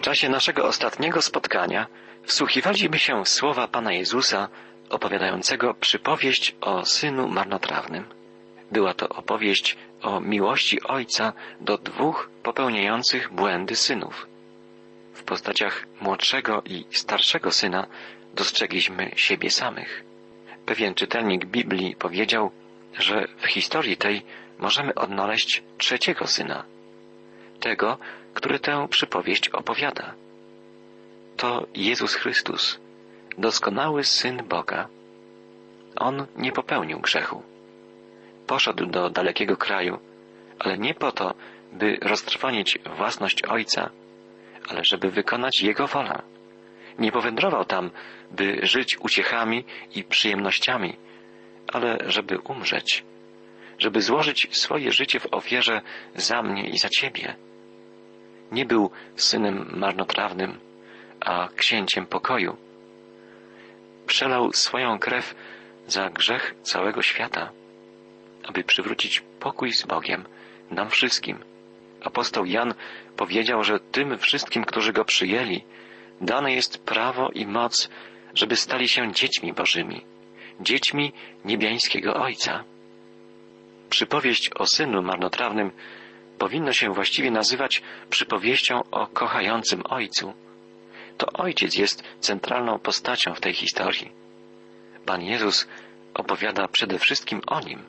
czasie naszego ostatniego spotkania wsłuchiwaliśmy się w słowa Pana Jezusa opowiadającego przypowieść o synu marnotrawnym. Była to opowieść o miłości ojca do dwóch popełniających błędy synów. W postaciach młodszego i starszego syna dostrzegliśmy siebie samych. Pewien czytelnik Biblii powiedział, że w historii tej możemy odnaleźć trzeciego syna, tego, który tę przypowieść opowiada. To Jezus Chrystus, doskonały Syn Boga. On nie popełnił grzechu. Poszedł do dalekiego kraju, ale nie po to, by roztrwonić własność Ojca, ale żeby wykonać Jego wolę. Nie powędrował tam, by żyć uciechami i przyjemnościami, ale żeby umrzeć, żeby złożyć swoje życie w ofierze za mnie i za Ciebie. Nie był synem marnotrawnym, a księciem pokoju. Przelał swoją krew za grzech całego świata, aby przywrócić pokój z Bogiem nam wszystkim. Apostoł Jan powiedział, że tym wszystkim, którzy Go przyjęli, dane jest prawo i moc, żeby stali się dziećmi Bożymi, dziećmi niebiańskiego Ojca. Przypowieść o synu marnotrawnym powinno się właściwie nazywać przypowieścią o kochającym Ojcu. To Ojciec jest centralną postacią w tej historii. Pan Jezus opowiada przede wszystkim o Nim.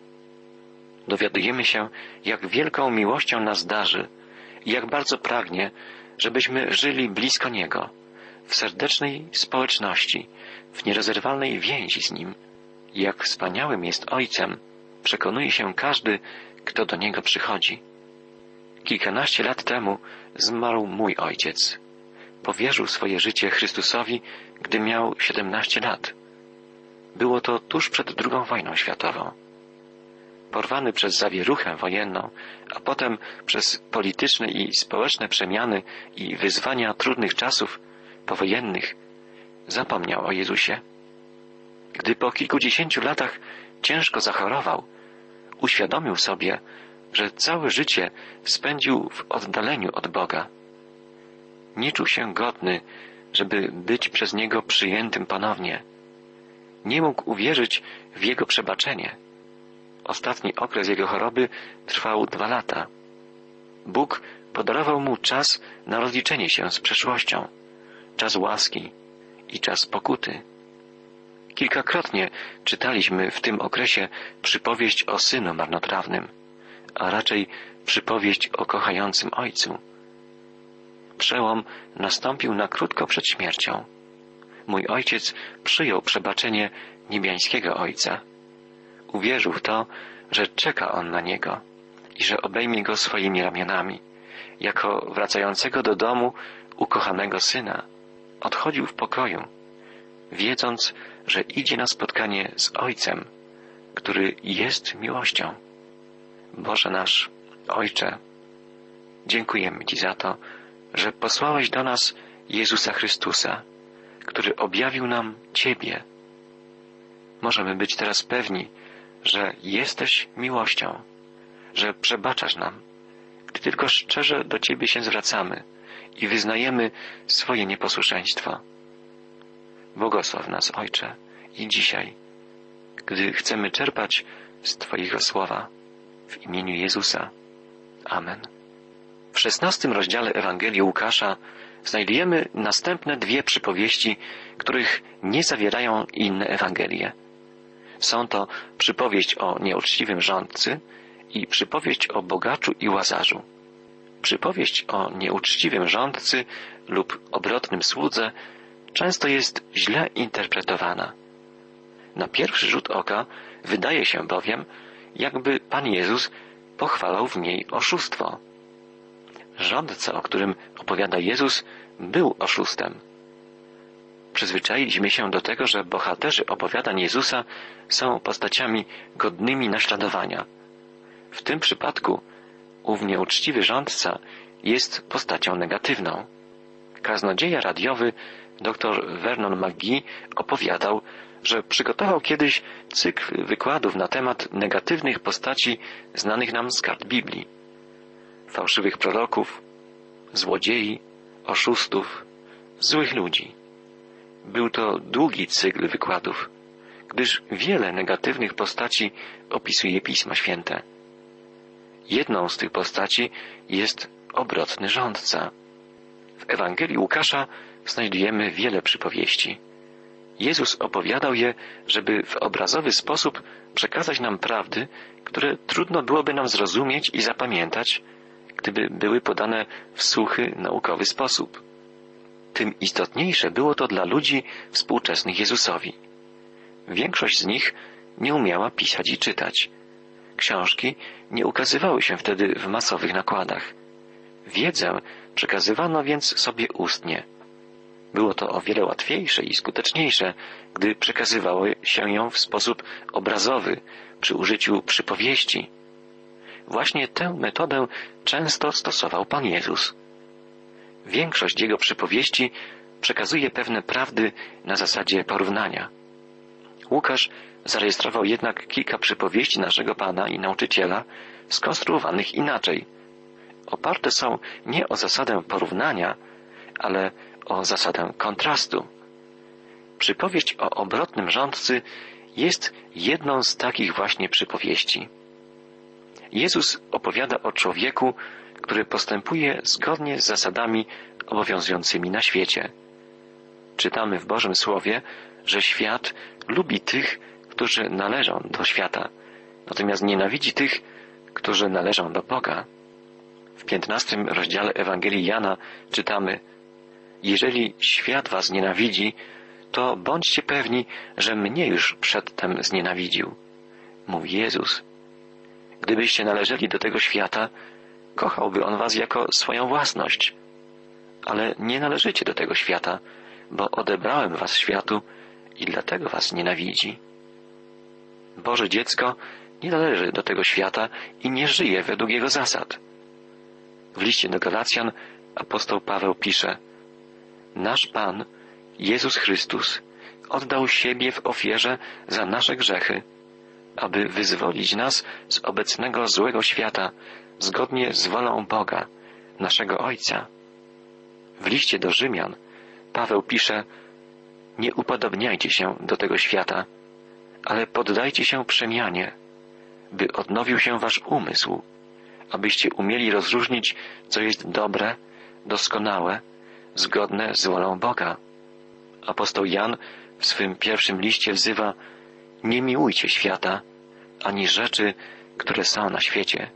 Dowiadujemy się, jak wielką miłością nas darzy i jak bardzo pragnie, żebyśmy żyli blisko Niego, w serdecznej społeczności, w nierozerwalnej więzi z Nim. Jak wspaniałym jest Ojcem, przekonuje się każdy, kto do Niego przychodzi. Kilkanaście lat temu zmarł mój ojciec. Powierzył swoje życie Chrystusowi, gdy miał 17 lat. Było to tuż przed II wojną światową. Porwany przez zawieruchę wojenną, a potem przez polityczne i społeczne przemiany i wyzwania trudnych czasów powojennych, zapomniał o Jezusie. Gdy po kilkudziesięciu latach ciężko zachorował, uświadomił sobie, że całe życie spędził w oddaleniu od Boga. Nie czuł się godny, żeby być przez Niego przyjętym ponownie. Nie mógł uwierzyć w Jego przebaczenie. Ostatni okres jego choroby trwał 2 lata. Bóg podarował mu czas na rozliczenie się z przeszłością, czas łaski i czas pokuty. Kilkakrotnie czytaliśmy w tym okresie przypowieść o synu marnotrawnym, a raczej przypowieść o kochającym Ojcu. Przełom nastąpił na krótko przed śmiercią. Mój ojciec przyjął przebaczenie niebiańskiego Ojca. Uwierzył w to, że czeka on na niego i że obejmie go swoimi ramionami. Jako wracającego do domu ukochanego syna odchodził w pokoju, wiedząc, że idzie na spotkanie z Ojcem, który jest miłością. Boże nasz Ojcze, dziękujemy Ci za to, że posłałeś do nas Jezusa Chrystusa, który objawił nam Ciebie. Możemy być teraz pewni, że jesteś miłością, że przebaczasz nam, gdy tylko szczerze do Ciebie się zwracamy i wyznajemy swoje nieposłuszeństwo. Błogosław nas, Ojcze, i dzisiaj, gdy chcemy czerpać z Twojego słowa w imieniu Jezusa. Amen. W 16 rozdziale Ewangelii Łukasza znajdujemy następne 2 przypowieści, których nie zawierają inne Ewangelie. Są to przypowieść o nieuczciwym rządcy i przypowieść o bogaczu i łazarzu. Przypowieść o nieuczciwym rządcy lub obrotnym słudze często jest źle interpretowana. Na pierwszy rzut oka wydaje się bowiem, jakby Pan Jezus pochwalał w niej oszustwo. Rządca, o którym opowiada Jezus, był oszustem. Przyzwyczailiśmy się do tego, że bohaterzy opowiadań Jezusa są postaciami godnymi naśladowania. W tym przypadku ów nieuczciwy rządca jest postacią negatywną. Kaznodzieja radiowy dr Vernon McGee opowiadał, że przygotował kiedyś cykl wykładów na temat negatywnych postaci znanych nam z kart Biblii. Fałszywych proroków, złodziei, oszustów, złych ludzi. Był to długi cykl wykładów, gdyż wiele negatywnych postaci opisuje Pismo Święte. Jedną z tych postaci jest obrotny rządca. W Ewangelii Łukasza znajdujemy wiele przypowieści. Jezus opowiadał je, żeby w obrazowy sposób przekazać nam prawdy, które trudno byłoby nam zrozumieć i zapamiętać, gdyby były podane w suchy, naukowy sposób. Tym istotniejsze było to dla ludzi współczesnych Jezusowi. Większość z nich nie umiała pisać i czytać. Książki nie ukazywały się wtedy w masowych nakładach. Wiedzę przekazywano więc sobie ustnie. Było to o wiele łatwiejsze i skuteczniejsze, gdy przekazywało się ją w sposób obrazowy, przy użyciu przypowieści. Właśnie tę metodę często stosował Pan Jezus. Większość jego przypowieści przekazuje pewne prawdy na zasadzie porównania. Łukasz zarejestrował jednak kilka przypowieści naszego Pana i Nauczyciela, skonstruowanych inaczej. Oparte są nie o zasadę porównania, ale o zasadę kontrastu. Przypowieść o obrotnym rządcy jest jedną z takich właśnie przypowieści. Jezus opowiada o człowieku, który postępuje zgodnie z zasadami obowiązującymi na świecie. Czytamy w Bożym Słowie, że świat lubi tych, którzy należą do świata, natomiast nienawidzi tych, którzy należą do Boga. W 15 rozdziale Ewangelii Jana czytamy: jeżeli świat was nienawidzi, to bądźcie pewni, że mnie już przedtem znienawidził, mówi Jezus. Gdybyście należeli do tego świata, kochałby on was jako swoją własność. Ale nie należycie do tego świata, bo odebrałem was światu i dlatego was nienawidzi. Boże dziecko nie należy do tego świata i nie żyje według jego zasad. W liście do Galacjan apostoł Paweł pisze: nasz Pan, Jezus Chrystus, oddał siebie w ofierze za nasze grzechy, aby wyzwolić nas z obecnego złego świata, zgodnie z wolą Boga, naszego Ojca. W liście do Rzymian Paweł pisze: nie upodobniajcie się do tego świata, ale poddajcie się przemianie, by odnowił się wasz umysł, abyście umieli rozróżnić, co jest dobre, doskonałe, zgodne z wolą Boga. Apostoł Jan w swym pierwszym liście wzywa: nie miłujcie świata, ani rzeczy, które są na świecie.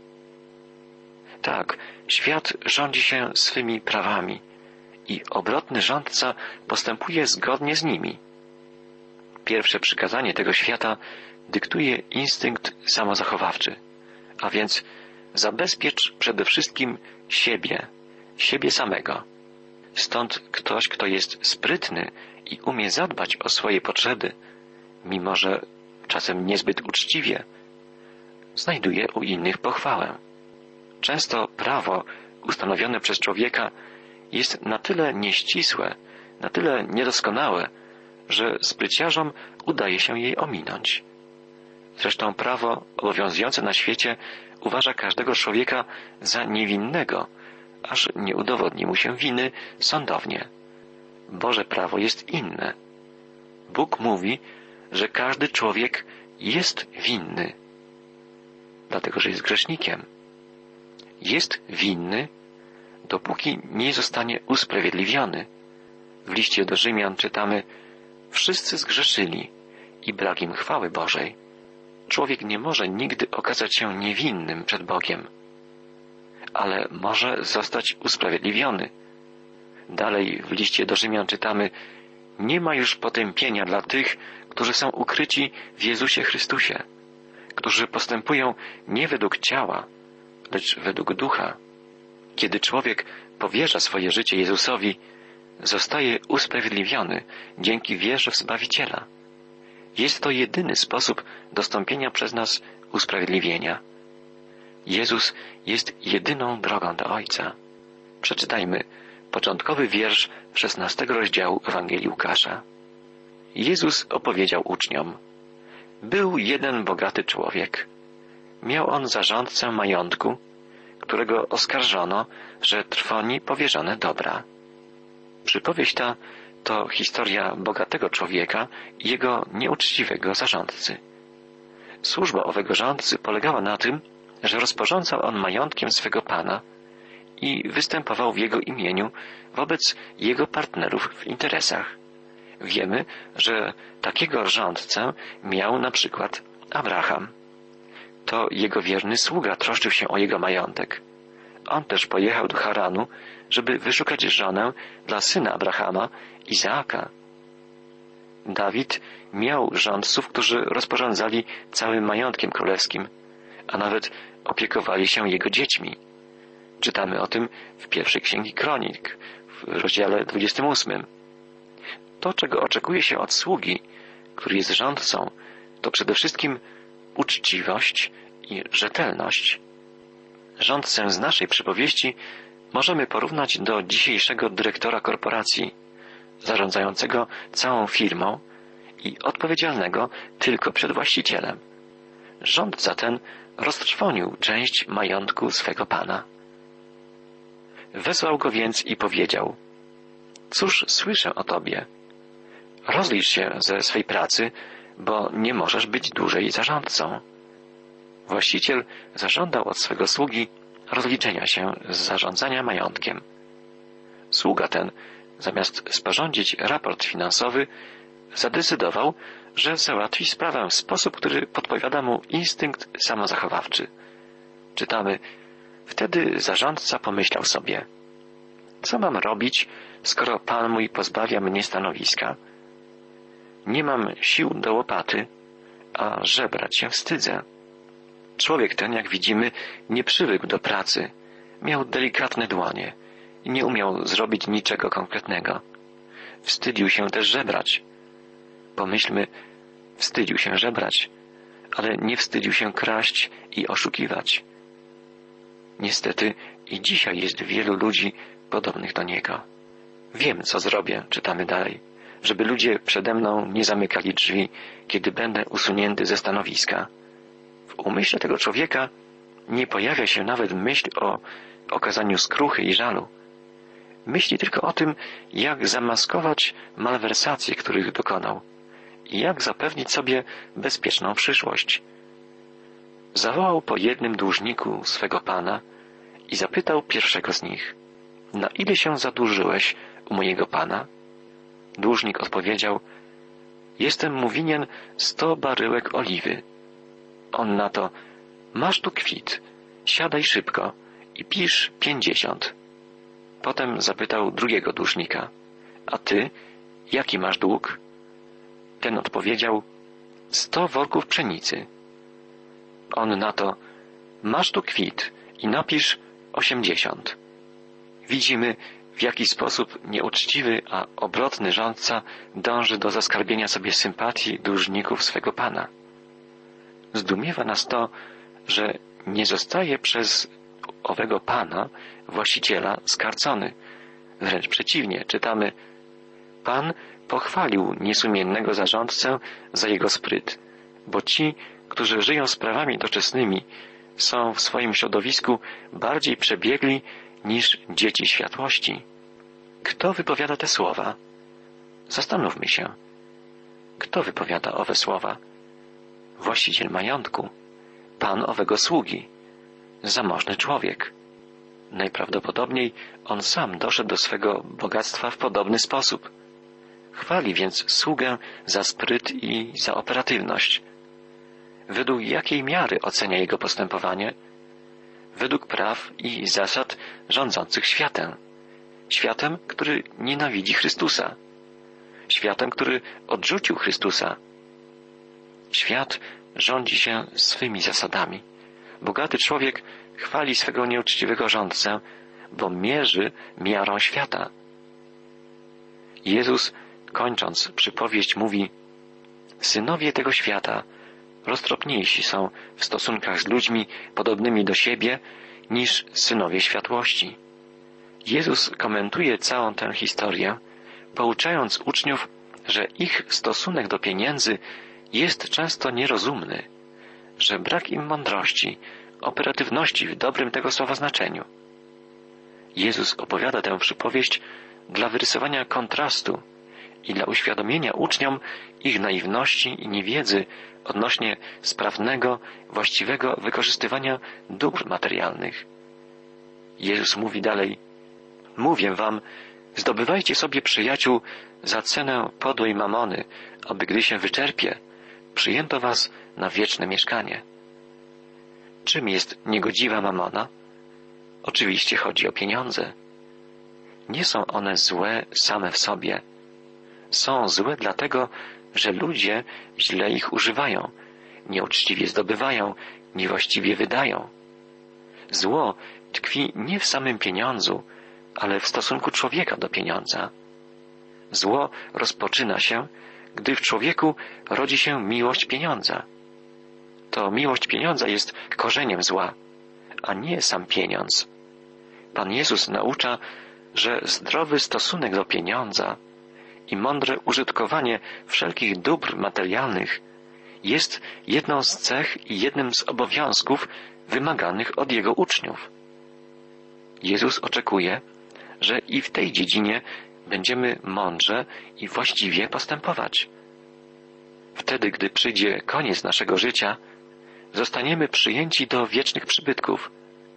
Tak, świat rządzi się swymi prawami i obrotny rządca postępuje zgodnie z nimi. Pierwsze przykazanie tego świata dyktuje instynkt samozachowawczy, a więc zabezpiecz przede wszystkim siebie samego. Stąd ktoś, kto jest sprytny i umie zadbać o swoje potrzeby, mimo że czasem niezbyt uczciwie, znajduje u innych pochwałę. Często prawo ustanowione przez człowieka jest na tyle nieścisłe, na tyle niedoskonałe, że spryciarzom udaje się jej ominąć. Zresztą prawo obowiązujące na świecie uważa każdego człowieka za niewinnego, aż nie udowodni mu się winy sądownie. Boże prawo jest inne. Bóg mówi, że każdy człowiek jest winny, dlatego że jest grzesznikiem. Jest winny, dopóki nie zostanie usprawiedliwiony. W liście do Rzymian czytamy: wszyscy zgrzeszyli i brak im chwały Bożej. Człowiek nie może nigdy okazać się niewinnym przed Bogiem, ale może zostać usprawiedliwiony. Dalej w liście do Rzymian czytamy: nie ma już potępienia dla tych, którzy są ukryci w Jezusie Chrystusie, którzy postępują nie według ciała, lecz według ducha. Kiedy człowiek powierza swoje życie Jezusowi, zostaje usprawiedliwiony dzięki wierze w Zbawiciela. Jest to jedyny sposób dostąpienia przez nas usprawiedliwienia. Jezus jest jedyną drogą do Ojca. Przeczytajmy początkowy wiersz 16 rozdziału Ewangelii Łukasza. Jezus opowiedział uczniom: był jeden bogaty człowiek. Miał on zarządcę majątku, którego oskarżono, że trwoni powierzone dobra. Przypowieść ta to historia bogatego człowieka i jego nieuczciwego zarządcy. Służba owego rządcy polegała na tym, że rozporządzał on majątkiem swego pana i występował w jego imieniu wobec jego partnerów w interesach. Wiemy, że takiego rządcę miał na przykład Abraham. To jego wierny sługa troszczył się o jego majątek. On też pojechał do Haranu, żeby wyszukać żonę dla syna Abrahama, Izaaka. Dawid miał rządców, którzy rozporządzali całym majątkiem królewskim, a nawet opiekowali się jego dziećmi. Czytamy o tym w pierwszej księgi Kronik, w rozdziale 28. To, czego oczekuje się od sługi, który jest rządcą, to przede wszystkim uczciwość i rzetelność. Rządcę z naszej przypowieści możemy porównać do dzisiejszego dyrektora korporacji, zarządzającego całą firmą i odpowiedzialnego tylko przed właścicielem. Rządca ten roztrwonił część majątku swego pana. Wezwał go więc i powiedział: cóż słyszę o tobie? Rozlicz się ze swej pracy, bo nie możesz być dłużej zarządcą. Właściciel zażądał od swego sługi rozliczenia się z zarządzania majątkiem. Sługa ten, zamiast sporządzić raport finansowy, zadecydował, że załatwi sprawę w sposób, który podpowiada mu instynkt samozachowawczy. Czytamy: wtedy zarządca pomyślał sobie: co mam robić, skoro Pan mój pozbawia mnie stanowiska? Nie mam sił do łopaty, a żebrać się wstydzę. Człowiek ten, jak widzimy, nie przywykł do pracy, miał delikatne dłonie i nie umiał zrobić niczego konkretnego. Wstydził się też żebrać. Pomyślmy, wstydził się żebrać, ale nie wstydził się kraść i oszukiwać. Niestety i dzisiaj jest wielu ludzi podobnych do niego. Wiem, co zrobię, czytamy dalej, żeby ludzie przede mną nie zamykali drzwi, kiedy będę usunięty ze stanowiska. W umyśle tego człowieka nie pojawia się nawet myśl o okazaniu skruchy i żalu. Myśli tylko o tym, jak zamaskować malwersacje, których dokonał i jak zapewnić sobie bezpieczną przyszłość. Zawołał po jednym dłużniku swego pana i zapytał pierwszego z nich: na ile się zadłużyłeś u mojego pana? Dłużnik odpowiedział: jestem mu winien 100 baryłek oliwy. On na to: masz tu kwit, siadaj szybko i pisz 50. Potem zapytał drugiego dłużnika: a ty, jaki masz dług? Ten odpowiedział: 100 worków pszenicy. On na to: masz tu kwit i napisz 80. Widzimy, w jaki sposób nieuczciwy, a obrotny rządca dąży do zaskarbienia sobie sympatii dłużników swego pana. Zdumiewa nas to, że nie zostaje przez owego pana, właściciela, skarcony. Wręcz przeciwnie, czytamy: Pan pochwalił niesumiennego zarządcę za jego spryt, bo ci, którzy żyją sprawami doczesnymi, są w swoim środowisku bardziej przebiegli niż dzieci światłości. Kto wypowiada te słowa? Zastanówmy się. Kto wypowiada owe słowa? Właściciel majątku, pan owego sługi, zamożny człowiek. Najprawdopodobniej on sam doszedł do swego bogactwa w podobny sposób. Chwali więc sługę za spryt i za operatywność. Według jakiej miary ocenia jego postępowanie? Według praw i zasad rządzących światem. Światem, który nienawidzi Chrystusa. Światem, który odrzucił Chrystusa. Świat rządzi się swymi zasadami. Bogaty człowiek chwali swego nieuczciwego rządcę, bo mierzy miarą świata. Jezus, kończąc przypowieść, mówi: synowie tego świata roztropniejsi są w stosunkach z ludźmi podobnymi do siebie niż synowie światłości. Jezus komentuje całą tę historię, pouczając uczniów, że ich stosunek do pieniędzy jest często nierozumny, że brak im mądrości, operatywności w dobrym tego słowa znaczeniu. Jezus opowiada tę przypowieść, dla wyrysowania kontrastu i dla uświadomienia uczniom ich naiwności i niewiedzy odnośnie sprawnego, właściwego wykorzystywania dóbr materialnych. Jezus mówi dalej: mówię wam, zdobywajcie sobie przyjaciół za cenę podłej mamony, aby gdy się wyczerpie, przyjęto was na wieczne mieszkanie. Czym jest niegodziwa mamona? Oczywiście chodzi o pieniądze. Nie są one złe same w sobie. Są złe dlatego, że ludzie źle ich używają, nieuczciwie zdobywają, niewłaściwie wydają. Zło tkwi nie w samym pieniądzu, ale w stosunku człowieka do pieniądza. Zło rozpoczyna się, gdy w człowieku rodzi się miłość pieniądza. To miłość pieniądza jest korzeniem zła, a nie sam pieniądz. Pan Jezus naucza, że zdrowy stosunek do pieniądza i mądre użytkowanie wszelkich dóbr materialnych jest jedną z cech i jednym z obowiązków wymaganych od Jego uczniów. Jezus oczekuje, że i w tej dziedzinie będziemy mądrze i właściwie postępować. Wtedy, gdy przyjdzie koniec naszego życia, zostaniemy przyjęci do wiecznych przybytków.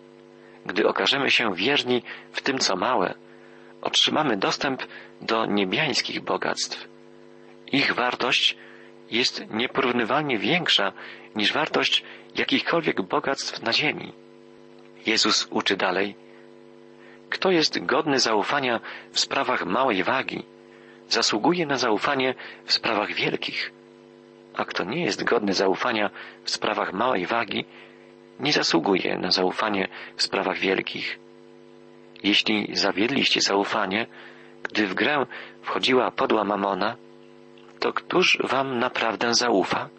Gdy okażemy się wierni w tym, co małe, otrzymamy dostęp do niebiańskich bogactw. Ich wartość jest nieporównywalnie większa niż wartość jakichkolwiek bogactw na ziemi. Jezus uczy dalej: kto jest godny zaufania w sprawach małej wagi, zasługuje na zaufanie w sprawach wielkich, a kto nie jest godny zaufania w sprawach małej wagi, nie zasługuje na zaufanie w sprawach wielkich. Jeśli zawiedliście zaufanie, gdy w grę wchodziła podła mamona, to któż wam naprawdę zaufa?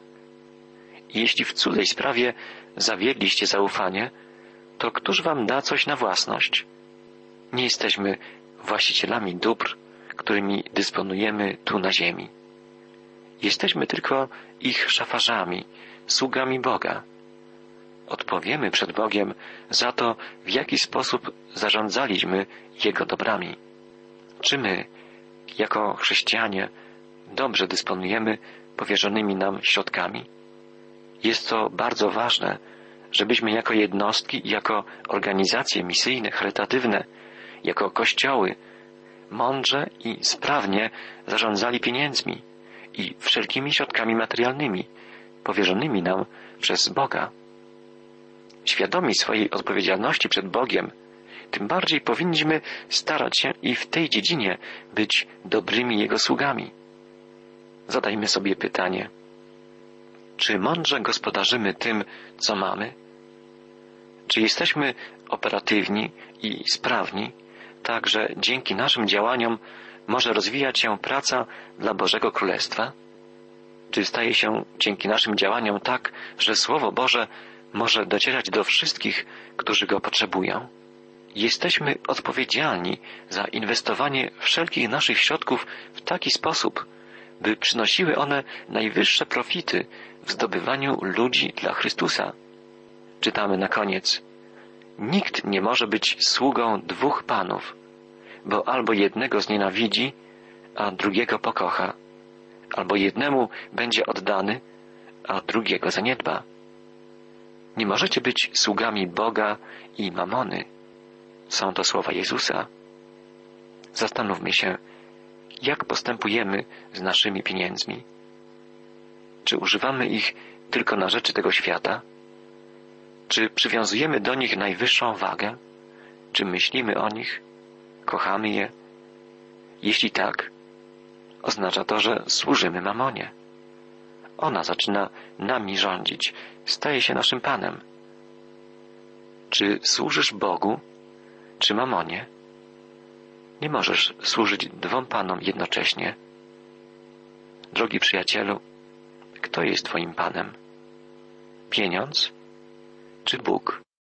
Jeśli w cudzej sprawie zawiedliście zaufanie, to któż wam da coś na własność? Nie jesteśmy właścicielami dóbr, którymi dysponujemy tu na ziemi. Jesteśmy tylko ich szafarzami, sługami Boga. Odpowiemy przed Bogiem za to, w jaki sposób zarządzaliśmy Jego dobrami. Czy my, jako chrześcijanie, dobrze dysponujemy powierzonymi nam środkami? Jest to bardzo ważne, żebyśmy jako jednostki i jako organizacje misyjne, charytatywne, jako kościoły mądrze i sprawnie zarządzali pieniędzmi i wszelkimi środkami materialnymi powierzonymi nam przez Boga. Świadomi swojej odpowiedzialności przed Bogiem, tym bardziej powinniśmy starać się i w tej dziedzinie być dobrymi Jego sługami. Zadajmy sobie pytanie: czy mądrze gospodarzymy tym, co mamy? Czy jesteśmy operatywni i sprawni, tak że dzięki naszym działaniom może rozwijać się praca dla Bożego Królestwa? Czy staje się dzięki naszym działaniom tak, że Słowo Boże może docierać do wszystkich, którzy go potrzebują? Jesteśmy odpowiedzialni za inwestowanie wszelkich naszych środków w taki sposób, by przynosiły one najwyższe profity w zdobywaniu ludzi dla Chrystusa. Czytamy na koniec: nikt nie może być sługą dwóch panów, bo albo jednego znienawidzi, a drugiego pokocha, albo jednemu będzie oddany, a drugiego zaniedba. Nie możecie być sługami Boga i mamony. Są to słowa Jezusa. Zastanówmy się, jak postępujemy z naszymi pieniędzmi. Czy używamy ich tylko na rzeczy tego świata? Czy przywiązujemy do nich najwyższą wagę? Czy myślimy o nich? Kochamy je? Jeśli tak, oznacza to, że służymy mamonie. Ona zaczyna nami rządzić, staje się naszym Panem. Czy służysz Bogu, czy mamonie? Nie możesz służyć dwom Panom jednocześnie. Drogi przyjacielu, kto jest Twoim Panem? Pieniądz czy Bóg?